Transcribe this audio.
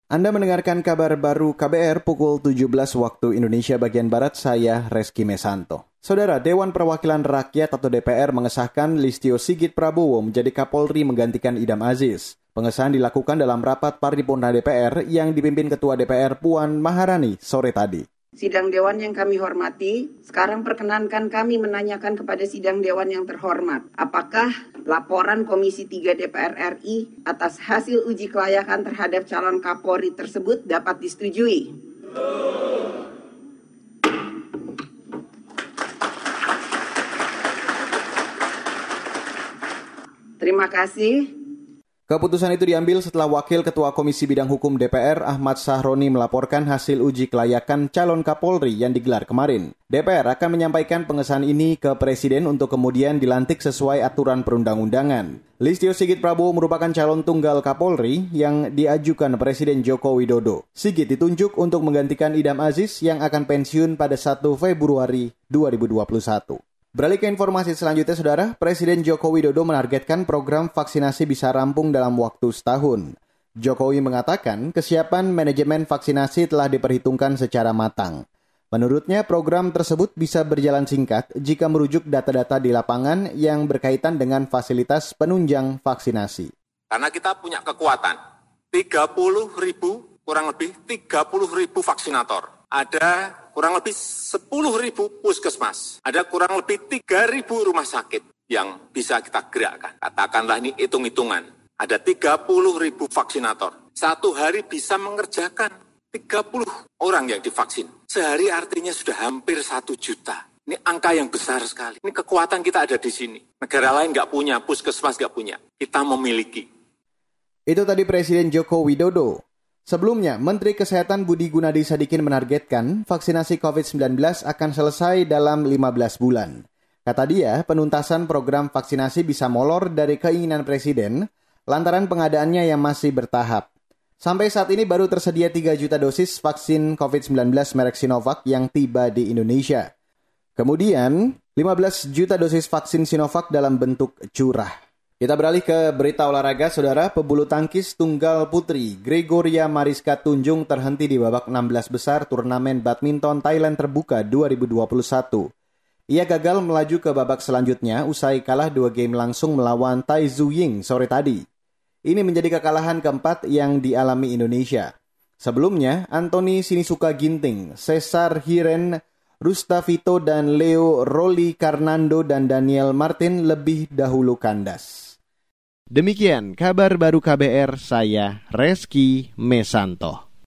Anda mendengarkan kabar baru KBR pukul 17 waktu Indonesia bagian Barat, saya Reski Mesanto. Saudara, Dewan Perwakilan Rakyat atau DPR mengesahkan Listio Sigit Prabowo menjadi Kapolri menggantikan Idam Aziz. Pengesahan dilakukan dalam rapat paripurna DPR yang dipimpin Ketua DPR Puan Maharani sore tadi. Sidang Dewan yang kami hormati, sekarang perkenankan kami menanyakan kepada Sidang Dewan yang terhormat, apakah laporan Komisi 3 DPR RI atas hasil uji kelayakan terhadap calon Kapolri tersebut dapat disetujui? Terima kasih. Keputusan itu diambil setelah Wakil Ketua Komisi Bidang Hukum DPR Ahmad Sahroni melaporkan hasil uji kelayakan calon Kapolri yang digelar kemarin. DPR akan menyampaikan pengesahan ini ke Presiden untuk kemudian dilantik sesuai aturan perundang-undangan. Listio Sigit Prabowo merupakan calon tunggal Kapolri yang diajukan Presiden Joko Widodo. Sigit ditunjuk untuk menggantikan Idam Aziz yang akan pensiun pada 1 Februari 2021. Beralih ke informasi selanjutnya, Saudara, Presiden Joko Widodo menargetkan program vaksinasi bisa rampung dalam waktu setahun. Jokowi mengatakan kesiapan manajemen vaksinasi telah diperhitungkan secara matang. Menurutnya, program tersebut bisa berjalan singkat jika merujuk data-data di lapangan yang berkaitan dengan fasilitas penunjang vaksinasi. Karena kita punya kekuatan, 30.000, kurang lebih 30.000 vaksinator. Ada kurang lebih 10.000 puskesmas. Ada kurang lebih 3.000 rumah sakit yang bisa kita gerakkan. Katakanlah ini hitung-hitungan. Ada 30.000 vaksinator. Satu hari bisa mengerjakan 30 orang yang divaksin. Sehari artinya sudah hampir 1 juta. Ini angka yang besar sekali. Ini kekuatan kita ada di sini. Negara lain nggak punya, puskesmas nggak punya. Kita memiliki. Itu tadi Presiden Joko Widodo. Sebelumnya, Menteri Kesehatan Budi Gunadi Sadikin menargetkan vaksinasi COVID-19 akan selesai dalam 15 bulan. Kata dia, penuntasan program vaksinasi bisa molor dari keinginan Presiden lantaran pengadaannya yang masih bertahap. Sampai saat ini baru tersedia 3 juta dosis vaksin COVID-19 merek Sinovac yang tiba di Indonesia. Kemudian, 15 juta dosis vaksin Sinovac dalam bentuk curah. Kita beralih ke berita olahraga, Saudara. Pebulu tangkis tunggal putri Gregoria Mariska Tunjung terhenti di babak 16 besar turnamen badminton Thailand Terbuka 2021. Ia gagal melaju ke babak selanjutnya usai kalah 2 game langsung melawan Tai Tzu Ying sore tadi. Ini menjadi kekalahan keempat yang dialami Indonesia. Sebelumnya, Anthony Sinisuka Ginting, Cesar Hiren, Rustavito dan Leo Rolly Karnando dan Daniel Martin lebih dahulu kandas. Demikian kabar baru KBR, saya Reski Mesanto.